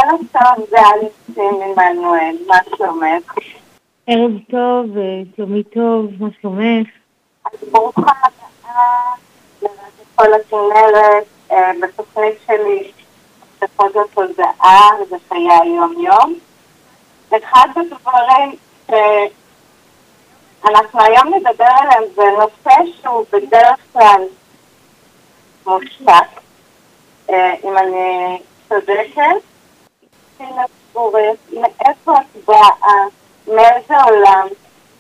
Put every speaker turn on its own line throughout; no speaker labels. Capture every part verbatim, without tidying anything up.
ערב טוב, זה אלכסים עמנואל, מה שלומך?
ערב טוב, שלומי טוב, מה שלומך?
אז ברוכה הבאה לרדיו כל הכנרת, בתוכנית שלי, בכל זאת תודעה, זה חיי היום-יום. אחד הדברים שאנחנו היום נדבר עליהם זה נושא שהוא בדרך כלל מושתק, אם אני צודקת, מאיפה את באה, מאיזה עולם,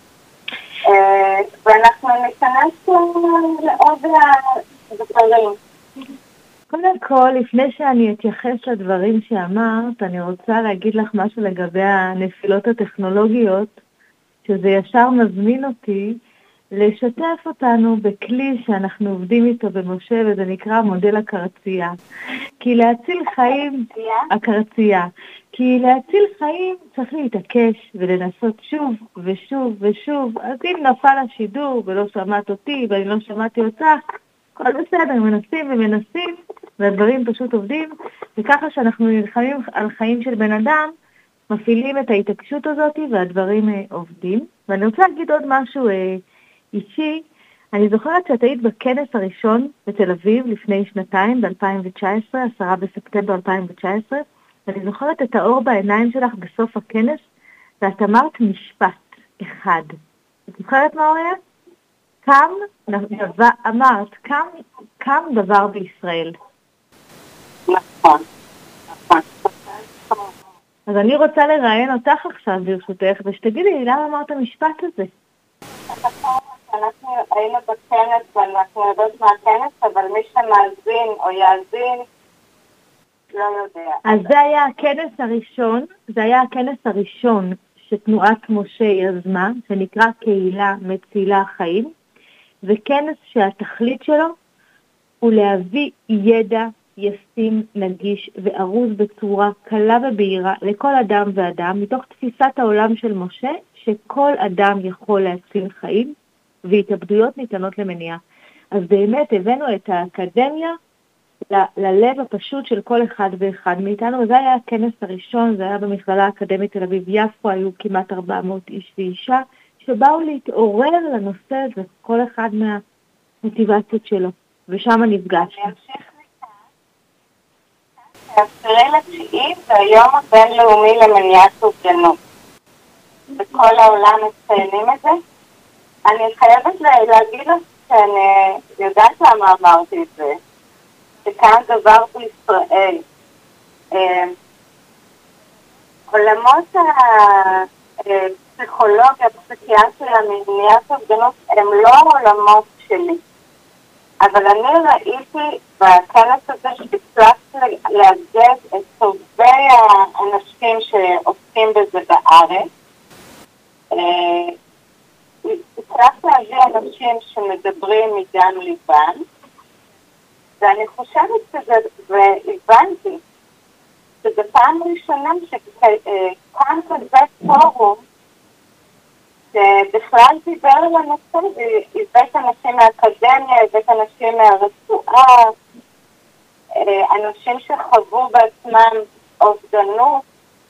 ואנחנו ניכנס לעוד דברים.
קודם כל, לפני שאני אתייחס לדברים שאמרת, אני רוצה להגיד לך משהו לגבי הנפילות הטכנולוגיות, שזה ישר מזמין אותי לשתף אותנו בכלי שאנחנו עובדים איתו במשה, וזה נקרא מודל הקרצייה. כי להציל חיים, הקרצייה, כי להציל חיים צריך להתעקש ולנסות שוב ושוב ושוב. אז אם נפל השידור ולא שמעת אותי ואני לא שמעתי אותך, כל בסדר, מנסים ומנסים, והדברים פשוט עובדים, וככה שאנחנו נלחמים על חיים של בן אדם, מפעילים את ההתעקשות הזאת והדברים אה, עובדים. ואני רוצה להגיד עוד משהו אה, אישי. אני זוכרת שאת היית בכנס הראשון בתל אביב לפני שנתיים, ב-אלפיים תשע עשרה, עשרה בספטמבר אלפיים תשע עשרה, ואני זוכרת את האור בעיניים שלך בסוף הכנס, ואת אמרת משפט אחד. את זוכרת מה הוא היה? קם דבר, אמרת, קם, קם דבר בישראל.
נכון, נכון.
אז אני רוצה לראיין אותך עכשיו ברשותך, ושתגידי לי למה אמרת המשפט הזה.
אנחנו היינו בכנס ואנחנו יודעות מהכנס, אבל מי שמאזין או יאזין לא יודע.
אז זה היה הכנס הראשון, זה היה הכנס הראשון שתנועת משה יזמה, שנקרא קהילה מצילה חיים, וכנס שהתכלית שלו הוא להביא ידע ישים, נגיש וארוז בצורה קלה ובהירה לכל אדם ואדם, מתוך תפיסת העולם של משה, שכל אדם יכול להציל חיים, והתאבדויות ניתנות למניעה. אז באמת הבאנו את האקדמיה ל- ללב הפשוט של כל אחד ואחד מאיתנו, וזה היה הכנס הראשון, זה היה במכללה האקדמית תל אביב יפו, היו כמעט ארבע מאות איש ואישה, שבאו להתעורר לנושא הזה, כל אחד מהמוטיבציות שלו, ושם נפגשנו.
העשירי לתשיעי זה היום הבינלאומי למניעת אובדנות. בכל העולם מציינים את זה. אני חייבת להגיד לך שאני יודעת למה אמרתי את זה, שכאן דבר בישראל. עולמות הפסיכולוגיה, הפסיכיאטריה, מניעת אובדנות, הם לא עולמות שלי. אבל אני ראיתי בכנס הזה שהצלחתי לאגד את טובי האנשים שעוסקים בזה בארץ. הצלחתי להביא אנשים שמדברים מדם ליבם, ואני חושבת שזה, והבנתי, שזה פעם ראשונה שכאן כזה פורום, שבכלל דיבר על הנושא, והבאת אנשים מהאקדמיה, הבאת אנשים מהרפואה, אנשים שחוו בעצמם אובדנות,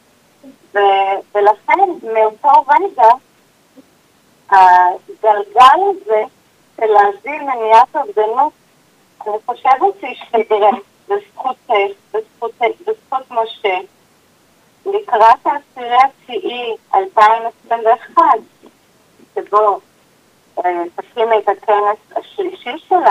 ולכן מאותו רגע, הגלגל הזה של להביא מניעת אובדנות, אני חושבת שהשתדרג בזכותך, בזכותך, בזכות משה, לקראת העשירי התשיעי אלפיים עשרים ואחת, שבו תקים את הכנס השלישי שלה,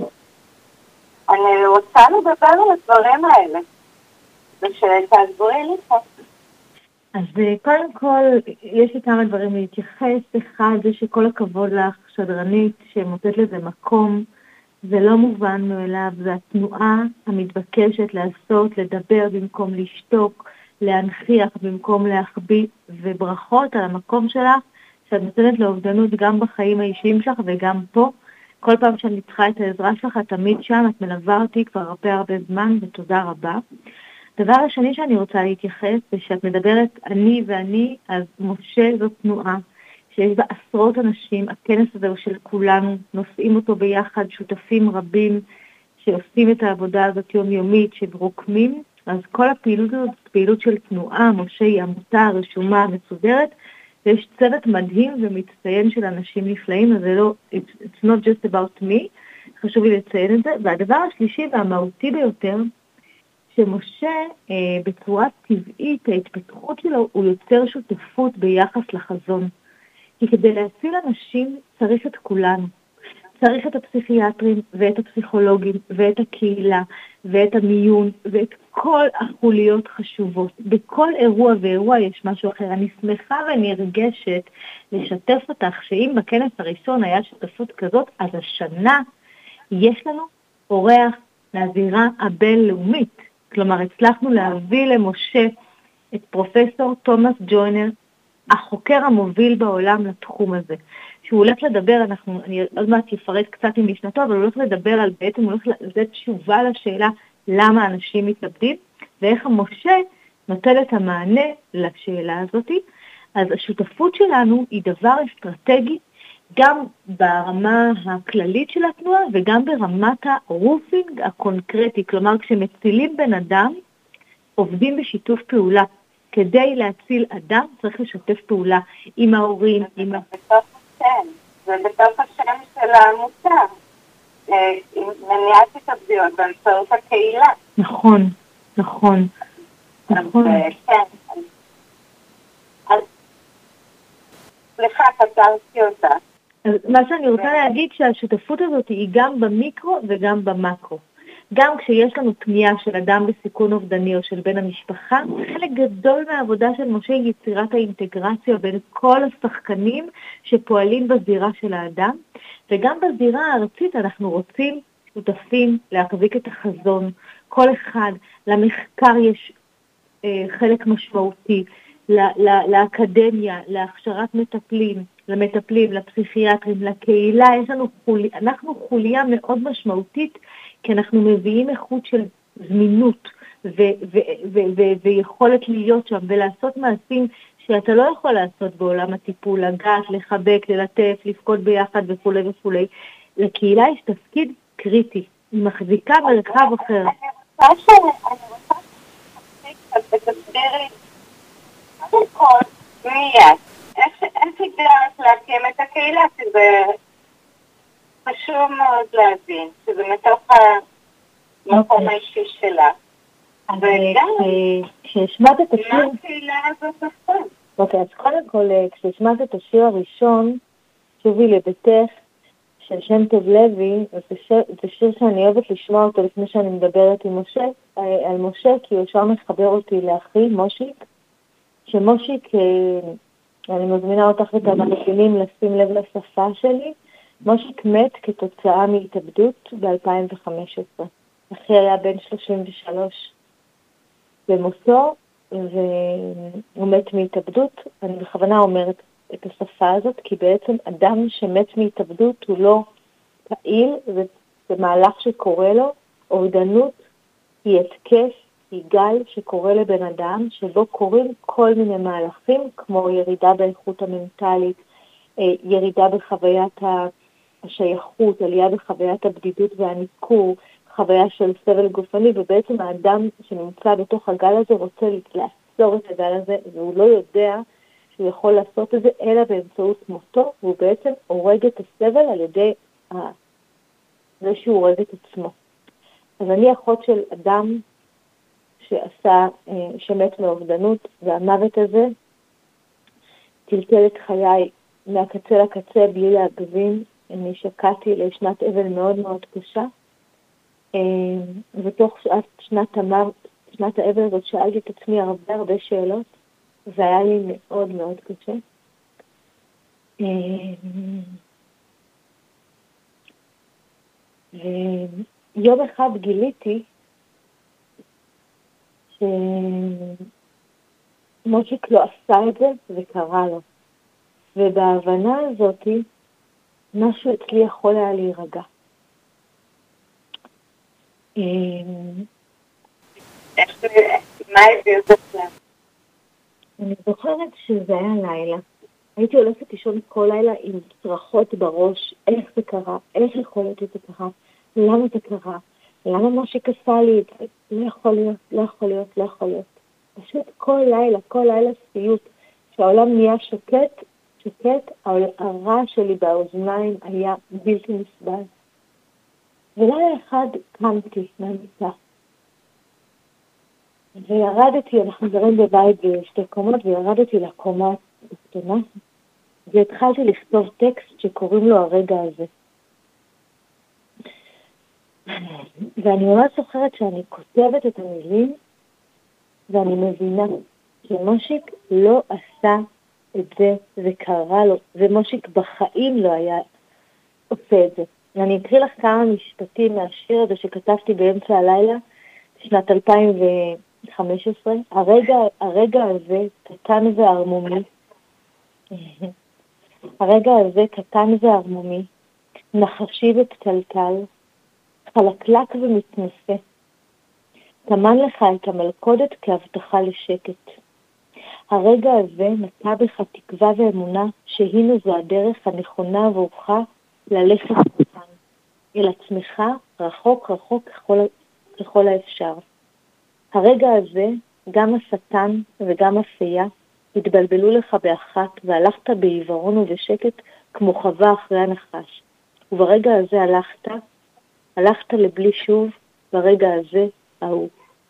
אני רוצה לדבר על הדברים האלה, ושתעזרי לי פה.
אז קודם כל, יש לי כמה דברים להתייחס. אחד, זה שכל הכבוד לך, שדרנית, שמוצאת לזה מקום, זה לא מובן מאליו, זה התנועה המתבקשת לעשות, לדבר במקום לשתוק, להנכיח במקום להחביא, וברכות על המקום שלך, שאת נותנת לאובדנות גם בחיים האישיים שלך וגם פה. כל פעם שאני צריכה את העזרה שלך, את תמיד שם, את מלווה אותי כבר הרבה הרבה זמן, ותודה רבה. דבר השני שאני רוצה להתייחס, זה שאת מדברת אני ואני, אז משה זו תנועה, שיש בה עשרות אנשים, הכנס הזה הוא של כולנו, נושאים אותו ביחד, שותפים רבים שעושים את העבודה הזאת יומיומית, שברוקמים, אז כל הפעילות הזאת, פעילות של תנועה, משה היא עמותה רשומה מסודרת, ויש צוות מדהים ומצטיין של אנשים נפלאים, אז זה לא, it's, it's not just about me, חשוב לי לציין את זה. והדבר השלישי והמהותי ביותר, שמשה אה, בצורה טבעית, ההתפתחות שלו, הוא יוצר שותפות ביחס לחזון. כי כדי להציל אנשים צריך את כולנו. צריך את הפסיכיאטרים ואת הפסיכולוגים ואת הקהילה ואת המיון ואת כל החוליות חשובות. בכל אירוע ואירוע יש משהו אחר. אני שמחה ונרגשת לשתף אותך שאם בכנס הראשון היה שותפות כזאת, אז השנה יש לנו אורח לזירה הבינלאומית. כלומר, הצלחנו להביא למשה את פרופסור תומאס ג'וינר, החוקר המוביל בעולם לתחום הזה. שהוא הולך לדבר, אנחנו, אני עוד מעט יפרט קצת עם משנתו, אבל הוא הולך לדבר על, בעצם הוא הולך לתת תשובה לשאלה למה אנשים מתאבדים, ואיך המשה נותן את המענה לשאלה הזאת. אז השותפות שלנו היא דבר אסטרטגי, גם ברמה הכללית של התנועה, וגם ברמת הרופינג הקונקרטי. כלומר, כשמצילים בן אדם, עובדים בשיתוף פעולה. כדי להציל אדם צריך לשתף פעולה עם ההורים, עם ה...
כן, זה בתוך השם של העמותה, עם מניעת התאבדויות באמצעות הקהילה.
נכון, נכון, נכון.
כן. סליחה, קטרתי אותה.
מה שאני רוצה להגיד שהשותפות הזאת היא גם במיקרו וגם במקרו. גם כשיש לנו פנייה של אדם בסיכון אובדני או של בן המשפחה, חלק גדול מהעבודה של משה היא יצירת האינטגרציה בין כל השחקנים שפועלים בזירה של האדם, וגם בזירה הארצית אנחנו רוצים שותפים להחזיק את החזון. כל אחד, למחקר יש אה, חלק משמעותי, לאקדמיה, להכשרת מטפלים, למטפלים, לפסיכיאטרים, לקהילה, יש לנו חוליה, אנחנו חוליה מאוד משמעותית, כי אנחנו מביאים איכות של זמינות ו- ו- ו- ו- ויכולת להיות שם ולעשות מעשים שאתה לא יכול לעשות בעולם הטיפול, לגעת, לחבק, ללטף, לפקוד ביחד וכו' וכו'. לקהילה יש תפקיד קריטי, היא מחזיקה מרחב אחר.
אני רוצה ש... אני רוצה שתפסיק ותסבירי קודם כל מיד. איך הגעת להקים את הקהילה? כי זה חשוב מאוד להבין, שזה מתוך המקום האישי שלה. וגם,
כשהשמעת את השיר...
מה הקהילה הזאת עושה?
אוקיי, אז קודם כל, כשהשמעת את השיר הראשון, שובי לביתך, של שם טוב לוי, זה שיר שאני אוהבת לשמוע אותו לפני שאני מדברת עם משה, על משה, כי הוא ישר מחבר אותי לאחי, מושיק, שמושיק, אני מזמינה אותך ואת המאזינים לשים לב לשפה שלי, מושיק מת כתוצאה מהתאבדות ב-אלפיים וחמש עשרה. אחי היה בן שלושים ושלוש במותו, והוא מת מהתאבדות. אני בכוונה אומרת את השפה הזאת, כי בעצם אדם שמת מהתאבדות הוא לא פעיל, זה, זה מהלך שקורה לו. אובדנות היא התקף, היא גל שקורה לבן אדם, שבו קורים כל מיני מהלכים, כמו ירידה באיכות המנטלית, ירידה בחוויית השייכות, עלייה בחוויית הבדידות והניכור, חוויה של סבל גופני, ובעצם האדם שנמצא בתוך הגל הזה רוצה לעצור את הגל הזה, והוא לא יודע שהוא יכול לעשות את זה, אלא באמצעות מותו, והוא בעצם הורג את הסבל על ידי זה שהוא הורג את עצמו. אז אני אחות של אדם שעשה, שמת מאובדנות, והמוות הזה טלטל את חיי מהקצה לקצה בלי להגזים. אני שקעתי לשנת אבל מאוד מאוד קשה, ותוך שעת שנת המוות, שנת האבל הזאת שאלתי את עצמי הרבה הרבה שאלות, והיה לי מאוד מאוד קשה. ויום אחד גיליתי שמושיק לא עשה את זה וקרה לו. ובהבנה הזאת משהו אצלי יכול היה להירגע.
מה הביא את זה?
אני זוכרת שזה היה לילה. הייתי הולכת לישון כל לילה עם צרחות בראש, איך זה קרה, איך יכול להיות שזה קרה, למה זה קרה, למה מושיק עשה לי את זה? לא יכול להיות, לא יכול להיות, לא יכול להיות. פשוט כל לילה, כל לילה סיוט, שהעולם נהיה שקט, שקט, הרע שלי באוזניים היה בלתי נסבל. ולילה אחד קמתי מהמיטה. וירדתי, אנחנו גרים בבית בשתי קומות, וירדתי לקומה הקטנה, והתחלתי לכתוב טקסט שקוראים לו הרגע הזה. ואני ממש זוכרת שאני כותבת את המילים, ואני מבינה שמושיק לא עשה את זה, זה קרה לו, ומושיק בחיים לא היה עושה את זה. ואני אקריא לך כמה משפטים מהשיר הזה שכתבתי באמצע הלילה, שנת אלפיים וחמש עשרה. הרגע, הרגע הזה קטן וערמומי, הרגע הזה קטן וערמומי, נחשי ופתלתל, חלקלק ומתנשא, תמן לך את המלכודת כהבטחה לשקט. הרגע הזה נטע בך תקווה ואמונה שהינו זו הדרך הנכונה ועורך ללכת מכאן, אל עצמך רחוק רחוק ככל, ככל האפשר. הרגע הזה גם השטן וגם הפייה התבלבלו לך באחת והלכת בעיוורון ובשקט כמו חווה אחרי הנחש. וברגע הזה הלכת, הלכת לבלי שוב ברגע הזה ההוא.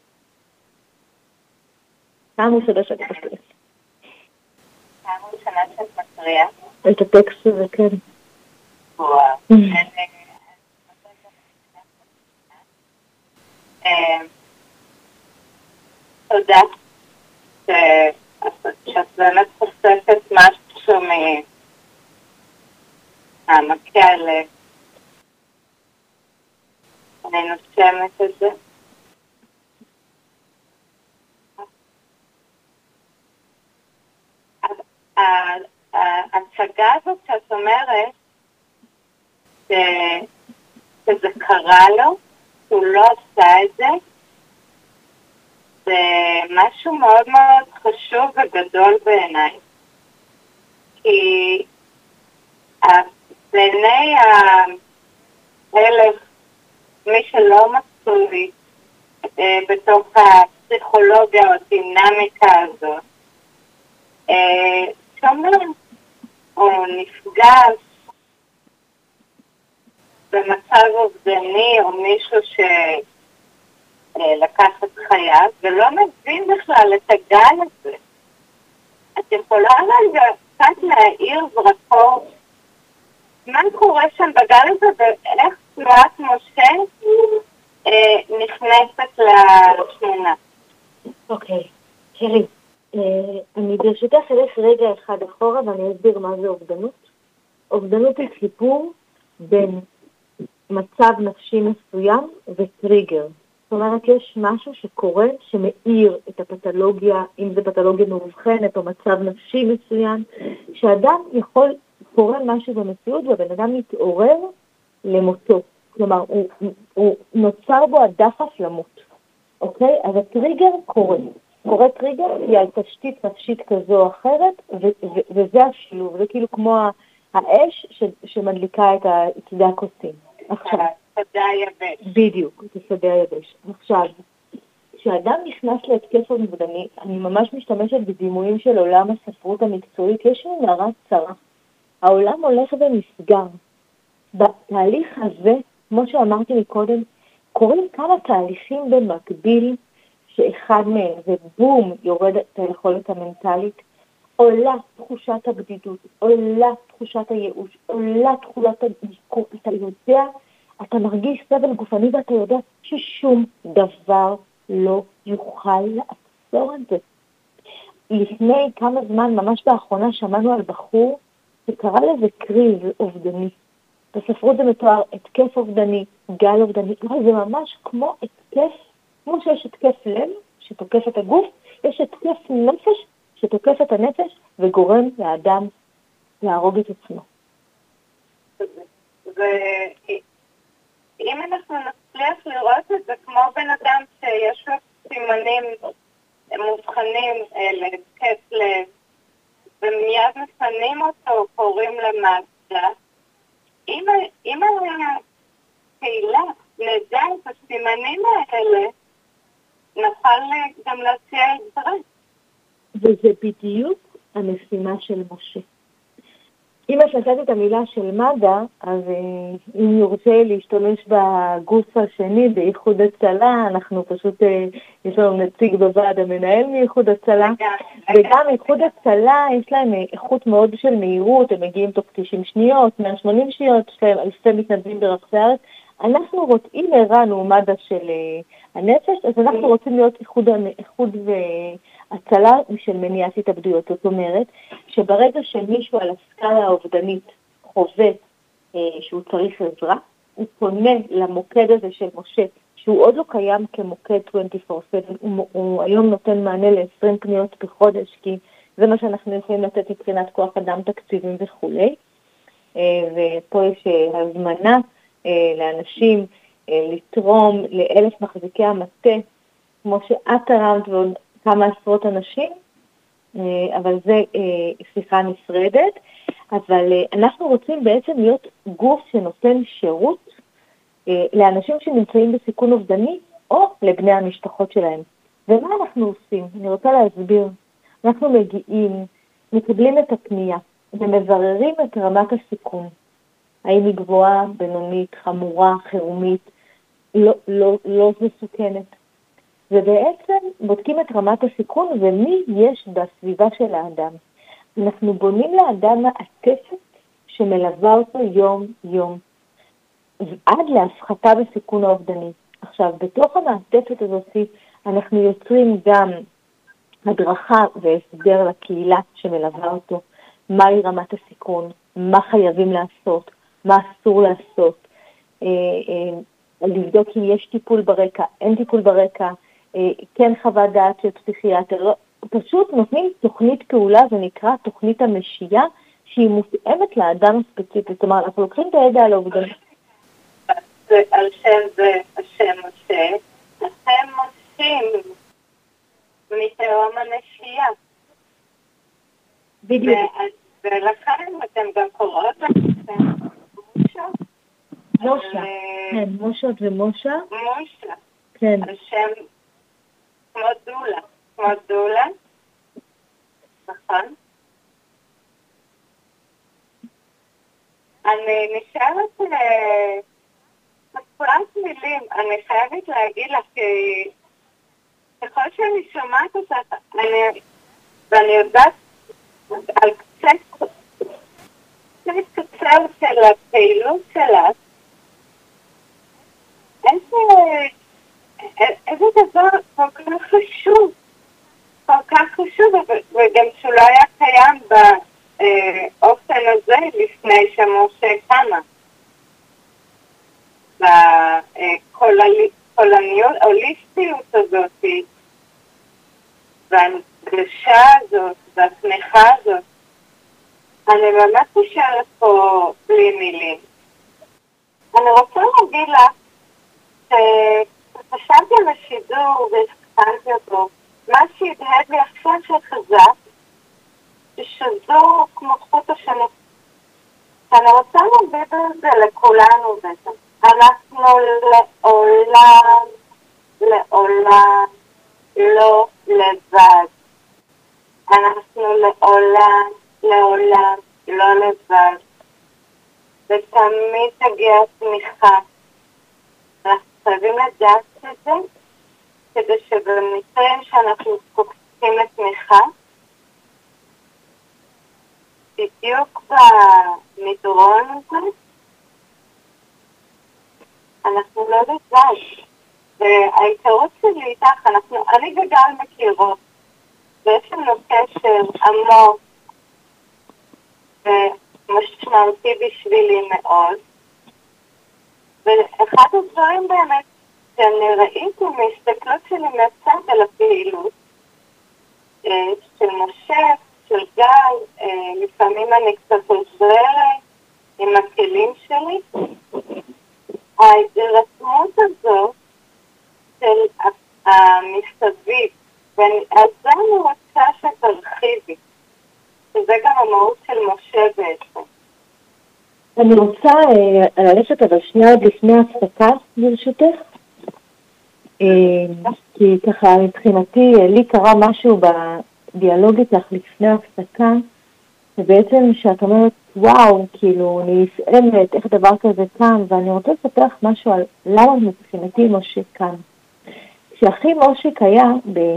פעם ראשונה שאת מקריאה.
פעם ראשונה שאת מקריאה?
את הטקסט הזה, כן.
וואו. תודה שאת באמת חושפת משהו מהעמקי הלב. אני נושמת את זה. ההצגה הזאת שאת אומרת שזה קרה לו, הוא לא עשה את זה, זה משהו מאוד מאוד חשוב וגדול בעיניי. כי בעיני האלף, מי שלא מצוי בתוך הפסיכולוגיה או הדינמיקה הזאת, שומע או נפגש במצב אובדני או מישהו שלקח את חייו ולא מבין בכלל את הגל הזה. את יכולה קצת להאיר זרקור מה קורה שם בגל הזה ואיך תנועת משה נכנסת לתמונה.
אוקיי, תראי. אני ברשותך אלך רגע אחד אחורה ואני אסביר מה זה אובדנות. אובדנות היא סיפור בין מצב נפשי מסוים וטריגר. זאת אומרת, יש משהו שקורה שמאיר את הפתולוגיה, אם זה פתולוגיה מאובחנת או מצב נפשי מסוים, שאדם יכול, קורה משהו במציאות והבן אדם מתעורר למותו. כלומר, הוא, הוא נוצר בו הדחף למות. אוקיי? אז הטריגר קורה. קורה טריגר היא על תשתית נפשית כזו או אחרת, ו- ו- וזה השילוב, זה כאילו כמו האש ש- שמדליקה את, ה- את שדה הכוסים. עכשיו,
השדה היבש.
בדיוק, את השדה היבש. עכשיו, כשאדם נכנס להתקף אובדני, אני ממש משתמשת בדימויים של עולם הספרות המקצועית, יש מנהרה צרה. העולם הולך ונסגר. בתהליך הזה, כמו שאמרתי מקודם, קורים כמה תהליכים במקביל, שאחד מהם זה בום, יורד את היכולת המנטלית, עולה תחושת הבדידות, עולה תחושת הייאוש, עולה תחולת הדיכאון, אתה יודע, אתה מרגיש סבל גופני ואתה יודע ששום דבר לא יוכל לעצור את זה. לפני כמה זמן, ממש באחרונה, שמענו על בחור שקרא לזה קריב אובדני. בספרות זה מתואר התקף אובדני, גל אובדני, אבל זה ממש כמו התקף, כמו שיש התקף לב שתוקף את הגוף, יש התקף נפש שתוקף את הנפש וגורם לאדם להרוג את עצמו.
ואם אנחנו נצליח לראות את זה כמו בן אדם שיש לו סימנים מובחנים להתקף לב, ומיד מפנים אותו, קוראים למעלה, אם הקהילה נדע את הסימנים האלה, נוכל גם להציע עזרה.
וזה בדיוק המשימה של משה. אם את נתת את המילה של מד"א, אז אם יורשה להשתמש בגוף השני, באיחוד הצלה, אנחנו פשוט, יש לנו נציג בוועד המנהל מאיחוד הצלה, וגם איחוד הצלה יש להם איכות מאוד של מהירות, הם מגיעים תוך תשעים שניות, מאה ושמונים שניות, יש להם אלפי מתנדבים ברחבי הארץ. אנחנו רוצים, הרענו מד"א של הנפש, אז אנחנו רוצים להיות איחוד, איחוד והצלה של מניעת התאבדויות. זאת אומרת, שברגע שמישהו על הסקאלה האובדנית חווה אה, שהוא צריך עזרה, הוא פונה למוקד הזה של משה, שהוא עוד לא קיים כמוקד עשרים וארבע שבע, הוא, הוא היום נותן מענה ל-עשרים פניות בחודש, כי זה מה שאנחנו יכולים לתת מבחינת כוח אדם, תקציבים וכו'. אה, ופה יש אה, הזמנה אה, לאנשים אה, לתרום לאלף מחזיקי המטה, כמו שאת תרמת ועוד כמה עשרות אנשים, אבל זה שיחה נפרדת, אבל אנחנו רוצים בעצם להיות גוף שנותן שירות לאנשים שנמצאים בסיכון אובדני, או לבני המשפחות שלהם. ומה אנחנו עושים? אני רוצה להסביר. אנחנו מגיעים, מקבלים את הפנייה, ומבררים את רמת הסיכון. האם היא גבוהה, בינונית, חמורה, חירומית, לא, לא, לא מסוכנת. ובעצם בודקים את רמת הסיכון ומי יש בסביבה של האדם. אנחנו בונים לאדם מעטפת שמלווה אותו יום-יום, עד להפחתה בסיכון האובדני. עכשיו, בתוך המעטפת הזאת אנחנו יוצרים גם הדרכה והסדר לקהילה שמלווה אותו, מהי רמת הסיכון, מה חייבים לעשות, מה אסור לעשות, אה, אה, לבדוק אם יש טיפול ברקע, אין טיפול ברקע, כן חוות דעת של פסיכיאטר, פשוט נותנים תוכנית פעולה, זה נקרא תוכנית המשייה, שהיא מותאמת לאדם הספציפי. זאת אומרת, אנחנו לוקחים את הידע על האובדן.
על שם זה השם משה, אתם מושים מתהום הנשייה.
בדיוק.
ולכן אתם גם קוראות לכם מושה.
מושה, כן, מושות ומושה.
מושה.
כן.
על שם כמו דולה, כמו דולה, נכון? אני נשארת מספרת מילים, אני חייבת להגיד לך, כי ככל שאני שומעת אותך, אני, ואני יודעת על קצת, קצת קצר של הפעילות שלך, איזה... איזה דבר כל כך חשוב, כל כך חשוב, וגם שהוא לא היה קיים באופן הזה לפני שמשה קמה. בקולניאליסטיות הזאת, וההנגשה הזאת, והתמיכה הזאת, אני באמת נשארת פה בלי מילים. אני רוצה להגיד לך, חשבתי על השידור והסכנתי אותו, מה שהדהד לי עכשיו שחזק, ששזור כמו חוט השני. אני רוצה להגיד את זה לכולנו בטח. אנחנו לעולם, לעולם לא לבד. אנחנו לעולם, לעולם לא לבד. ותמיד תגיע תמיכה. אנחנו חייבים לדעת את זה, כדי שבמקרים שאנחנו זקוקים לתמיכה, בדיוק במדרון הזה, אנחנו לא לבד. וההיכרות שלי איתך, אנחנו, אני וגל מכירות, ויש לנו קשר עמוק ומשמעותי בשבילי מאוד. ואחד הדברים באמת שאני ראיתי מהסתכלות שלי מהצד על הפעילות של משה, של גל, לפעמים אני קצת עוזרת עם הכלים שלי. ההירתמות הזאת של המסביב, ועל זה אני רוצה שתרחיבי, שזה גם המהות של משה בעצם.
אני רוצה אה, ללכת אבל שנייה עוד לפני ההפסקה, ברשותך. אה, כי ככה מבחינתי, אה, לי קרה משהו בדיאלוג איתך לפני ההפסקה, ובעצם שאת אומרת, וואו, כאילו, אני נסעמת, איך דבר כזה קם, ואני רוצה לספר לך משהו על למה מבחינתי משה קם. כשאחי מושיק היה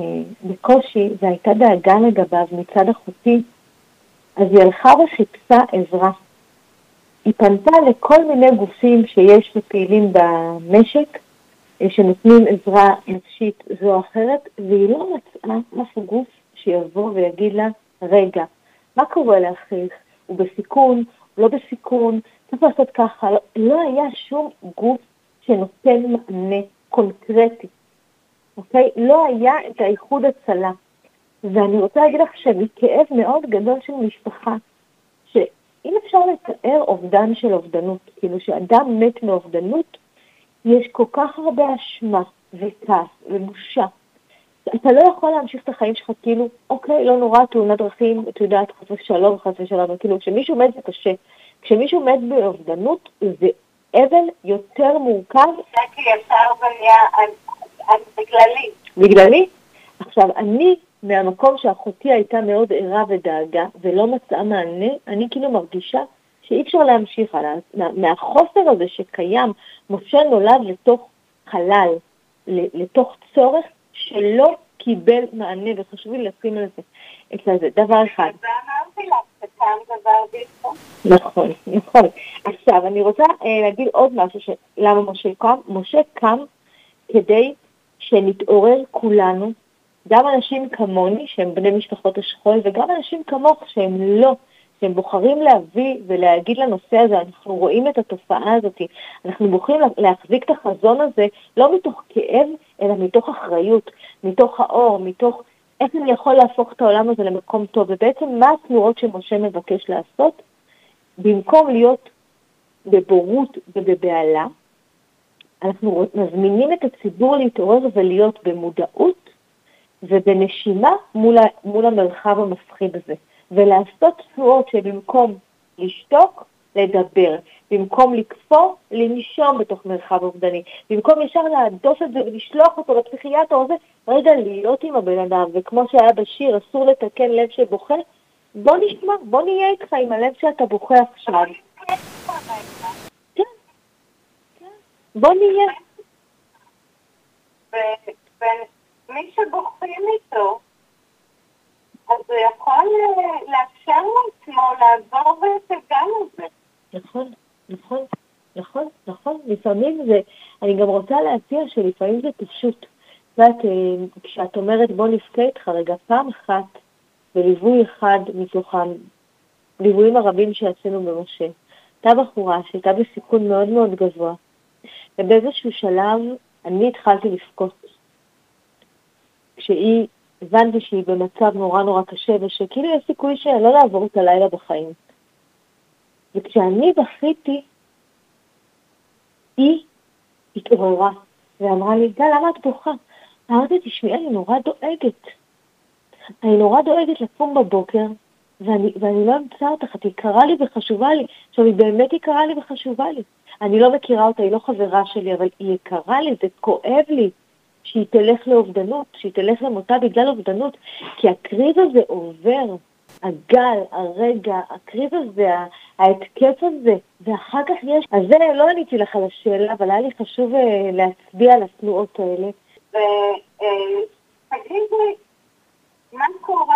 בקושי, והייתה דאגה לגביו מצד אחותי, אז היא הלכה וחיפשה עזרה. היא פנתה לכל מיני גופים שיש ופעילים במשק, שנותנים עזרה נפשית זו או אחרת, והיא לא מצאה אף גוף שיבוא ויגיד לה, רגע, מה קורה לאחיך? הוא בסיכון, הוא לא בסיכון, צריך לעשות ככה. לא, לא היה שום גוף שנותן מענה קונקרטי. אוקיי? לא היה את האיחוד הצלה. ואני רוצה להגיד לך שמכאב מאוד גדול של משפחה, שאם אפשר לתאר אובדן של אובדנות, כאילו שאדם מת מאובדנות, יש כל כך הרבה אשמה וכעס ובושה. אתה לא יכול להמשיך את החיים שלך כאילו, אוקיי, לא נורא, תאונת דרכים, את יודעת, חס ושלום, חס ושלום, כאילו, כשמישהו מת זה קשה. כשמישהו מת באובדנות, זה אבל יותר מורכב.
כי ישר בניה, בגללי.
בגללי? עכשיו, אני, מהמקום שאחותי הייתה מאוד ערה ודאגה, ולא מצאה מענה, אני כאילו מרגישה שאי אפשר להמשיך עליו. מהחוסר הזה שקיים, משה נולד לתוך חלל, לתוך צורך שלא קיבל מענה, וחשוב לי לשים על זה, את זה, דבר אחד.
ואמרתי לך, זה קם דבר בלתי.
נכון, נכון. עכשיו, אני רוצה אה, להגיד עוד משהו, ש... למה משה קם? משה קם כדי שנתעורר כולנו, גם אנשים כמוני, שהם בני משפחות השכול, וגם אנשים כמוך, שהם לא, שהם בוחרים להביא ולהגיד לנושא הזה, אנחנו רואים את התופעה הזאת, אנחנו בוחרים להחזיק את החזון הזה, לא מתוך כאב, אלא מתוך אחריות, מתוך האור, מתוך איך אני יכול להפוך את העולם הזה למקום טוב, ובעצם מה התנועות שמשה מבקש לעשות, במקום להיות בבורות ובבעלה, אנחנו מזמינים את הציבור להתעורר ולהיות במודעות ובנשימה מול, ה, מול המרחב המפחיד הזה, ולעשות תנועות שבמקום לשתוק, לדבר, במקום לקפוא, לנשום בתוך מרחב אובדני, במקום ישר להדוף את זה ולשלוח אותו לפסיכיאטר הזה, רגע להיות עם הבן אדם, וכמו שהיה בשיר, אסור לתקן לב שבוכה, בוא נשמע, בוא נהיה איתך עם הלב שאתה בוכה עכשיו. כן, כן, בוא נהיה.
ומי שבוחרים איתו, אז הוא יכול לאפשר לעצמו לעבור ואת הגן הזה.
נכון, נכון, נכון, נכון. לפעמים זה, אני גם רוצה להציע שלפעמים זה פשוט. ואת, כשאת אומרת בוא נפקה איתך רגע פעם אחת, בליווי אחד מתוכם, ליוויים הרבים שעשינו במשה, הייתה בחורה שהייתה בסיכון מאוד מאוד גבוה, ובאיזשהו שלב אני התחלתי לפקות. כשהיא, הבנתי שהיא במצב נורא נורא קשה, ושכאילו יש סיכוי שלא לעבור את הלילה בחיים. וכשאני בכיתי, היא התעוררה, ואמרה לי, גל, למה את בוכה? אמרתי, תשמעי, אני נורא דואגת. אני נורא דואגת לקום בבוקר, ואני, ואני לא אמצא אותך, את יקרה לי וחשובה לי. עכשיו, היא באמת יקרה לי וחשובה לי. אני לא מכירה אותה, היא לא חברה שלי, אבל היא יקרה לי, זה כואב לי. שהיא תלך לאובדנות, שהיא תלך למותה בגלל אובדנות, כי הקריב הזה עובר, הגל, הרגע, הקריב הזה, ההתקף הזה, ואחר כך יש, אז זה לא עניתי לך על השאלה, אבל היה לי חשוב להצביע על התנועות האלה.
ותגידי, מה קורה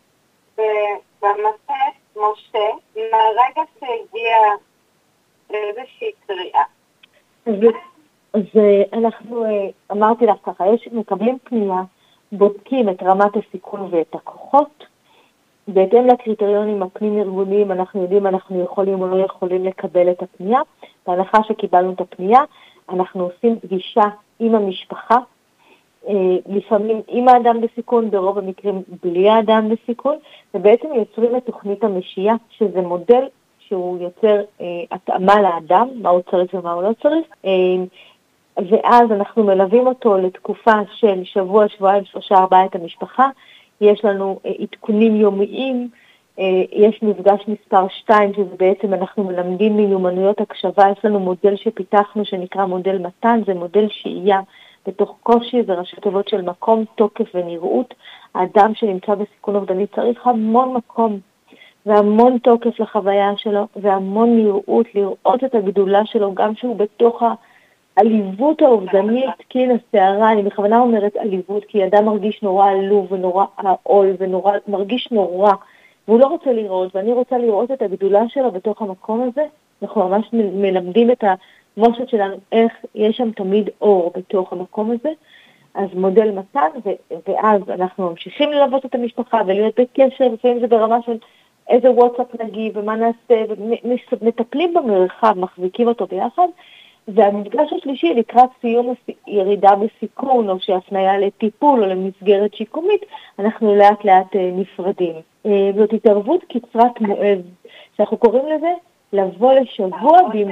במסע משה מהרגע שהגיע איזושהי קריאה?
אז אנחנו, אמרתי לך ככה, יש, מקבלים פנייה, בודקים את רמת הסיכון ואת הכוחות, בהתאם לקריטריונים הפנים-ארגוניים, אנחנו יודעים אנחנו יכולים או לא יכולים לקבל את הפנייה, בהנחה שקיבלנו את הפנייה, אנחנו עושים פגישה עם המשפחה, לפעמים עם האדם בסיכון, ברוב המקרים בלי האדם בסיכון, ובעצם יוצרים את תוכנית המשייה, שזה מודל שהוא יוצר אה, התאמה לאדם, מה הוא צריך ומה הוא לא צריך, אה, ואז אנחנו מלווים אותו לתקופה של שבוע, שבועיים, שלושה, ארבעה את המשפחה, יש לנו אה, עדכונים יומיים, יש מפגש מספר שתיים, שזה בעצם אנחנו מלמדים מיומנויות הקשבה. יש לנו מודל שפיתחנו שנקרא מודל מתן, זה מודל שהייה בתוך קושי, זה ראשי תיבות של מקום, תוקף ונראות. האדם שנמצא בסיכון אובדני צריך המון מקום והמון תוקף לחוויה שלו, והמון נראות, לראות את הגדולה שלו, גם שהוא בתוך העליבות האובדנית, כן, הסערה, אני בכוונה אומרת עליבות, כי אדם מרגיש נורא עלוב ונורא עול ונורא, מרגיש נורא, והוא לא רוצה לראות, ואני רוצה לראות את הגדולה שלו בתוך המקום הזה. אנחנו ממש מלמדים את המושת שלנו, איך יש שם תמיד אור בתוך המקום הזה. אז מודל מתן, ו- ואז אנחנו ממשיכים ללוות את המשפחה ולהיות בקשר, לפעמים זה ברמה של איזה וואטסאפ נגיב ומה נעשה, ומטפלים במרחב, מחזיקים אותו ביחד. והמפגש השלישי לקראת סיום ירידה בסיכון, או שהפניה לטיפול או למסגרת שיקומית, אנחנו לאט לאט נפרדים. זאת התערבות קצרת מועד, שאנחנו קוראים לזה לבוא לשבוע במקום.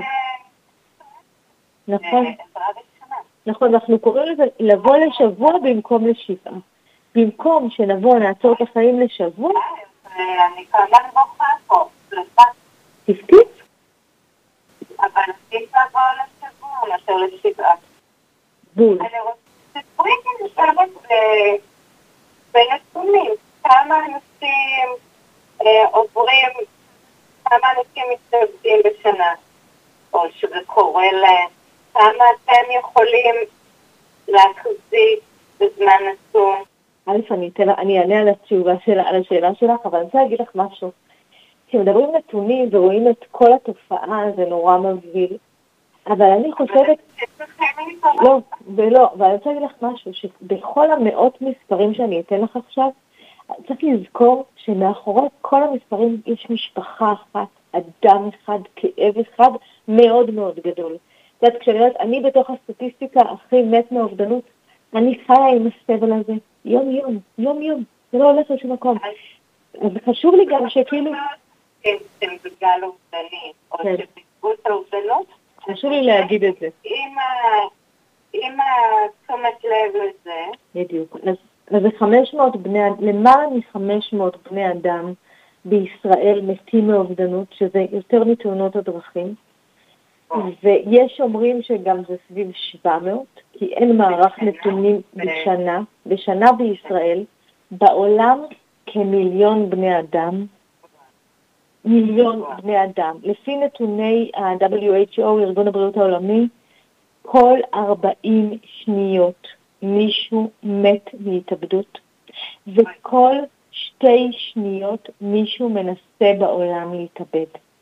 נכון. נכון, אנחנו קוראים לזה לבוא לשבוע במקום לשבעה. במקום שנבוא נעצור את החיים לשבוע.
אני כמובן בוכה פה, סליחה.
תפקיד?
אבל עשית לבוא לשבוע, מאשר לשבעה.
בול.
אני רוצה שתפרי נשארת בנתונים. כמה אנשים עוברים, כמה אנשים מתאבדים בשנה, או שזה קורה להם. כמה אתם יכולים להחזיק בזמן נתון?
א', אני, אני אענה על התשובה שלה, על השאלה שלך, אבל אני רוצה להגיד לך משהו. כשמדברים נתונים ורואים את כל התופעה, זה נורא מבהיל. אבל אני חושבת... לא, ולא, אבל אני רוצה להגיד לך משהו, שבכל המאות מספרים שאני אתן לך עכשיו, צריך לזכור שמאחורי כל המספרים יש משפחה אחת, אדם אחד, כאב אחד, מאוד מאוד גדול. את יודעת, כשאני אומרת, אני בתוך הסטטיסטיקה הכי מת מאובדנות, אני חיה עם הסבל הזה, יום יום, יום יום, זה לא הולך לשום מקום. אז חשוב לי גם שכאילו...
הם בגלל אובדני, או שבזכות האובדנות,
חשוב לי להגיד את זה.
עם התשומת לב לזה...
בדיוק. אז זה חמש מאות בני, למעלה מ-חמש מאות בני אדם בישראל מתים מאובדנות, שזה יותר מתאונות הדרכים. ויש אומרים שגם זה סביב שבע מאות, כי אין מערך נתונים בשנה. בשנה בישראל, בעולם כמיליון בני אדם, מיליון בני אדם. לפי נתוני ה-דאבליו אייץ' או, ארגון הבריאות העולמי, כל ארבעים שניות מישהו מת מהתאבדות, וכל שתי שניות מישהו מנסה בעולם להתאבד.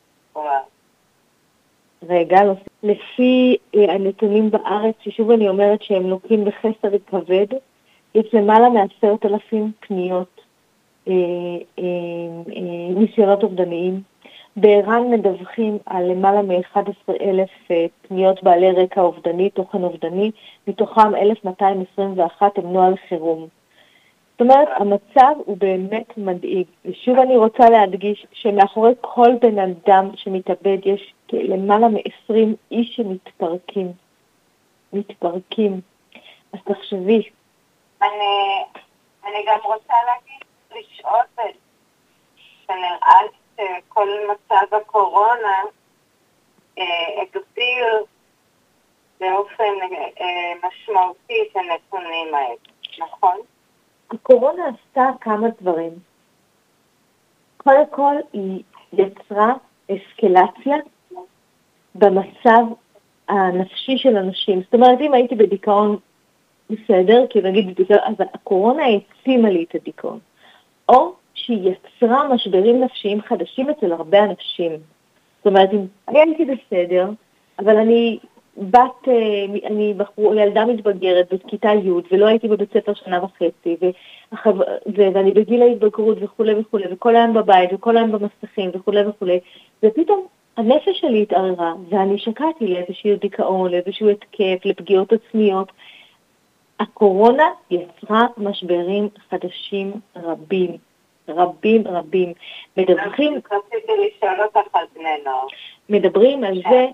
רגע, לפי הנתונים בארץ, ששוב אני אומרת שהם לוקים בחסר כבד, יש למעלה מעשרת אלפים פניות, אה, אה, אה, ניסיונות אובדניים. באיראן מדווחים על למעלה מ-אחד עשר אלף פניות בעלי רקע אובדני, תוכן אובדני, מתוכם אלף מאתיים עשרים ואחת הם נוהל חירום. זאת אומרת, המצב הוא באמת מדאיג. ושוב אני רוצה להדגיש שמאחורי כל בן אדם שמתאבד יש למעלה מ-עשרים איש שמתפרקים. מתפרקים. אז תחשבי.
אני, אני גם רוצה להגיד, לשאול, שנראה לי שכל מצב הקורונה אה, הגביר באופן אה, משמעותי את הנתונים האלה, נכון?
הקורונה עשתה כמה דברים. קודם כל היא יצרה אסקלציה במצב הנפשי של אנשים. זאת אומרת, אם הייתי בדיכאון בסדר, כי נגיד בדיכאון, אז הקורונה העצימה לי את הדיכאון. או שהיא יצרה משברים נפשיים חדשים אצל הרבה אנשים. זאת אומרת, אם אני הייתי בסדר, אבל אני בת, אני בחור, ילדה מתבגרת בכיתה י' ולא הייתי בבית ספר שנה וחצי, והחב... ואני בגיל ההתבגרות וכו' וכו', וכל היום בבית וכל היום במסכים וכו' וכו', ופתאום הנפש שלי התערערה, ואני שקעתי לאיזשהו דיכאון, לאיזשהו התקף, לפגיעות עצמיות. הקורונה יצרה משברים חדשים רבים, רבים רבים. מדווחים...
רציתי לשאול אותך על בני נוער.
מדברים על זה...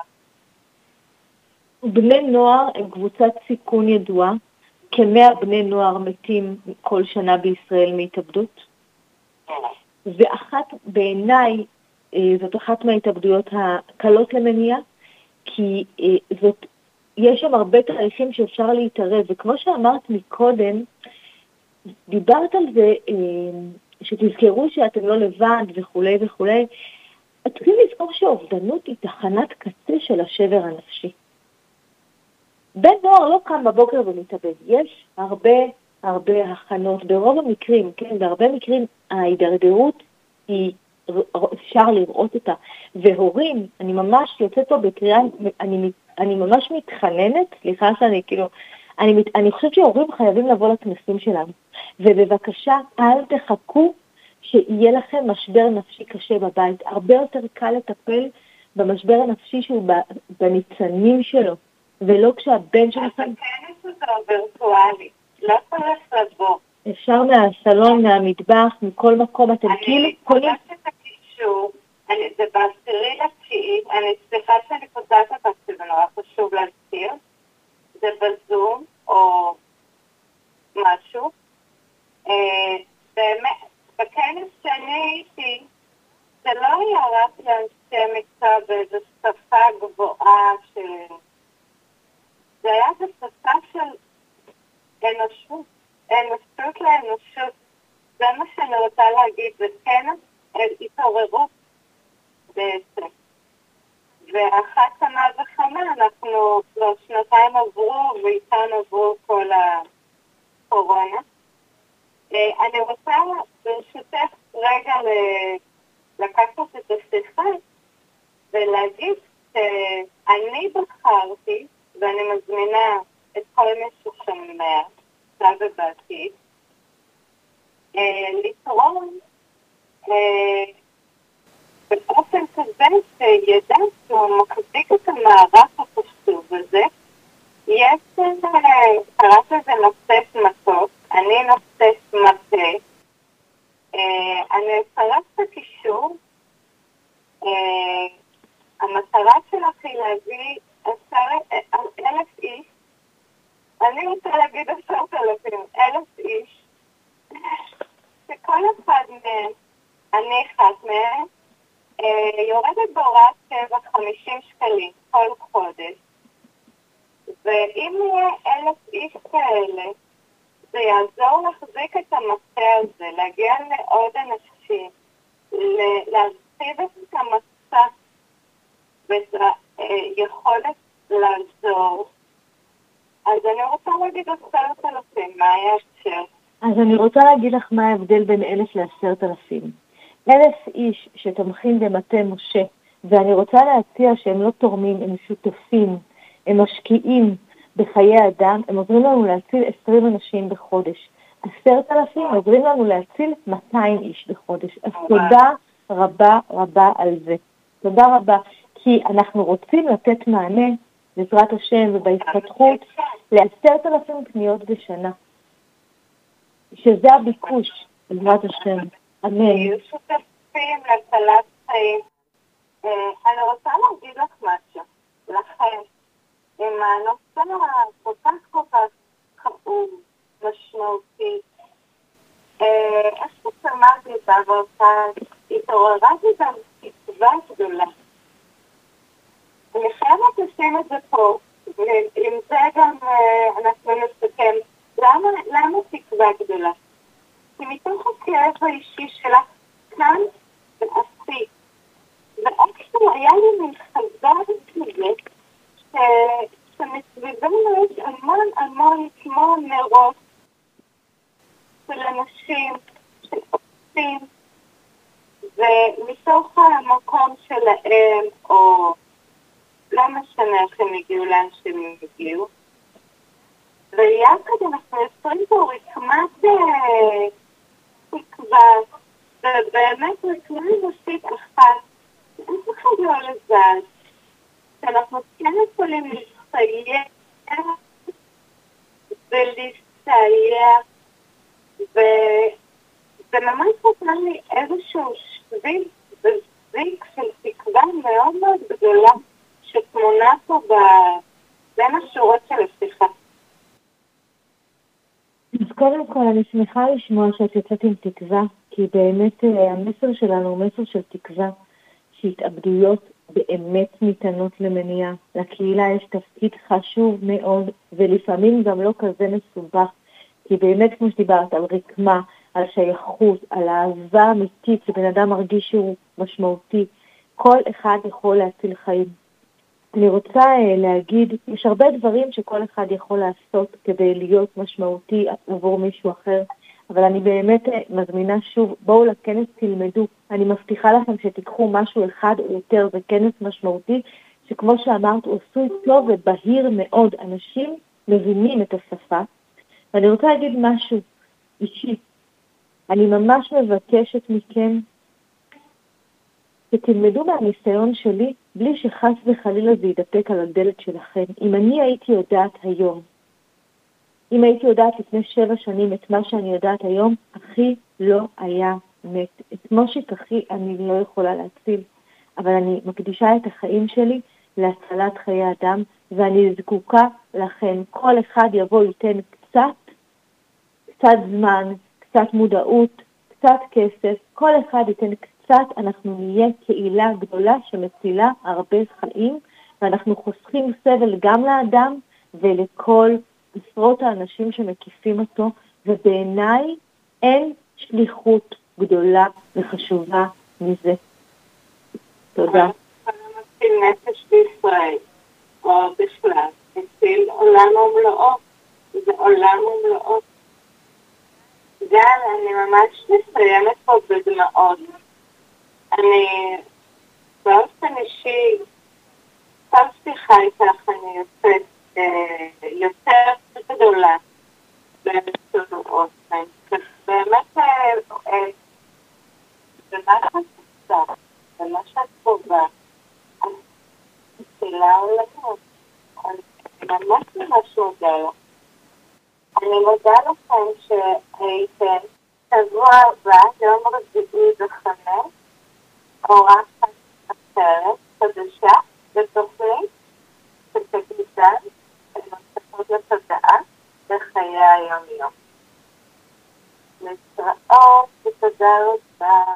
בני נוער הם קבוצת סיכון ידועה, כמאה בני נוער מתים כל שנה בישראל מהתאבדות. ואחת בעיניי, זאת אחת מההתאבדויות הקלות למניעה, כי זאת, יש שם הרבה תהליכים שאפשר להתערב, וכמו שאמרת מקודם, דיברת על זה, שתזכרו שאתם לא לבד וכו' וכו', צריכים לזכור שהאובדנות היא תחנת קצה של השבר הנפשי. בן נוער לא קם בבוקר ומתאבד. יש הרבה הרבה הכנות, ברוב המקרים, כן, בהרבה מקרים ההידרדרות היא, אפשר לראות אותה. והורים, אני ממש יוצאת פה בקריאה, אני, אני ממש מתחננת, סליחה שאני כאילו, אני, אני חושבת שהורים חייבים לבוא לכנסים שלנו. ובבקשה, אל תחכו שיהיה לכם משבר נפשי קשה בבית. הרבה יותר קל לטפל במשבר הנפשי שהוא בניצנים שלו, ולא כשהבן שלכם...
אז הכנס אותו וירטואלי, לא צריך לבוא.
אפשר מהסלון, מהמטבח, מכל מקום, אתם כאילו קונים...
אני חושבת את הקישור, זה בעשירי לתשיעי, אני סליחה שאני פותחת את זה, זה נורא חשוב להזכיר, זה בזום או משהו. באמת, בכנס שאני הייתי, זה לא היה רק לאנשי מקצוע באיזו שפה גבוהה של... זה היה בשפה של אנושות, אנושות לאנושות. זה מה שאני רוצה להגיד, זה כנס התעוררות בעצם. ואחת כמה וכמה אנחנו לא שנתיים עברו ואיתן עברו כל הקורונה. אני רוצה ברשותך רגע לקחת את השיחה ולהגיד שאני בחרתי, ואני מזמינה את כל מי ששומע, צו ובעתיד, לתרום באופן כזה שידע שהוא מחזיק את המערך החשוב הזה. יש, קראת לזה נושאת מטות, אני נושאת מטה, אני אפרט את הקישור. המטרה שלך היא להביא אלף איש, אני רוצה להגיד עשרת אלפים, אלף איש, שכל אחד מהם, אני אחת מהם, יורדת בהוראת שבע חמישים שקלים כל חודש, ואם יהיה אלף איש כאלה, זה יעזור להחזיק את המטה הזה, להגיע לעוד אנשים, להרחיב את המסע ואת היכולת לעזור. אז אני רוצה להגיד עשרת אלפים, מה היה אפשר?
אז אני רוצה להגיד לך מה ההבדל בין אלף לעשרת אלפים. אלף איש שתומכים במטה משה, ואני רוצה להציע שהם לא תורמים, הם שותפים, הם משקיעים בחיי אדם, הם עוזרים לנו להציל עשרים אנשים בחודש. עשרת אלפים עוזרים לנו להציל מאתיים איש בחודש. אז תודה רבה רבה על זה. תודה רבה, כי אנחנו רוצים לתת מענה בעזרת השם ובהתפתחות לעשרת אלפים פניות בשנה. שזה הביקוש, בעזרת השם. אמן.
יהיו שותפים להצלת חיים. אני רוצה להגיד לך משהו, לכם, עם הנושא כל כך כל כך חשוב, משמעותי. איך ששמעתי אותה ואותה, התעוררה לי גם תקווה גדולה. אני חייבת לשים את זה פה, ועם זה גם אנחנו נסכם. למה, למה תקווה גדולה? כי מתוך הכאב האישי שלך כאן ועשי, ואיכשהו היה לי מין חזר כזה, שמסביבנו יש המון המון כמו נרות של אנשים, של עושים, ומתוך המקום שלהם, או לא משנה איך הם הגיעו לאן שהם הגיעו, ויחד אנחנו יוצרים פה רקמת תקווה, ובאמת רקמה אנושית אחת, אף אחד לא לזז, שאנחנו כן יכולים להסתייע ולהסתייע, וממש נתן לי איזשהו שביל וזיק של תקווה מאוד מאוד גדולה, שתמונה פה בין השורות של השיחה.
אז קודם כל אני שמחה לשמוע שאת יוצאת עם תקווה, כי באמת המסר שלנו הוא מסר של תקווה, שהתאבדויות באמת ניתנות למניעה. לקהילה יש תפקיד חשוב מאוד, ולפעמים גם לא כזה מסובך, כי באמת כמו שדיברת על רקמה, על שייכות, על אהבה אמיתית, שבן אדם מרגיש שהוא משמעותי, כל אחד יכול להציל חיים. אני רוצה להגיד, יש הרבה דברים שכל אחד יכול לעשות כדי להיות משמעותי עבור מישהו אחר, אבל אני באמת מזמינה שוב, בואו לכנס תלמדו, אני מבטיחה לכם שתיקחו משהו אחד או יותר בכנס משמעותי, שכמו שאמרת הוא עשוי טוב ובהיר מאוד, אנשים מבינים את השפה, ואני רוצה להגיד משהו אישי, אני ממש מבקשת מכם, שתלמדו מהניסיון שלי, בלי שחס וחלילה זה ידפק על הדלת שלכם. אם אני הייתי יודעת היום, אם הייתי יודעת לפני שבע שנים את מה שאני יודעת היום, אחי לא היה מת. את מושיק אחי אני לא יכולה להציל, אבל אני מקדישה את החיים שלי להצלת חיי אדם, ואני זקוקה לכם. כל אחד יבוא ייתן קצת, קצת זמן, קצת מודעות, קצת כסף, כל אחד ייתן קצת, אנחנו נהיה קהילה גדולה שמצילה הרבה חיים, ואנחנו חוסכים סבל גם לאדם ולכל עשרות האנשים שמקיפים אותו, ובעיניי אין שליחות גדולה וחשובה מזה. תודה.
מציל נפש בישראל, או בכלל, מציל עולם ומלואו, זה עולם ומלואו. גל, אני ממש מסיימת פה בדמעות. אני באופן אישי, כל שיחה איתך אני יוצאת אה, יותר גדולה במסורות. באמת, אה, אה, במה שאת עושה, במה שאת קרובה, אני מצילה עולמות. אני ממש ממש מודה לך. אני מודה לכם שהייתם שבוע הבא, יום רביעי וחמש, אורחת אחרת, חדשה, בתוכנית שתגידן בנוספות לתודעה בחיי היום-יום. להתראות ותודה רבה.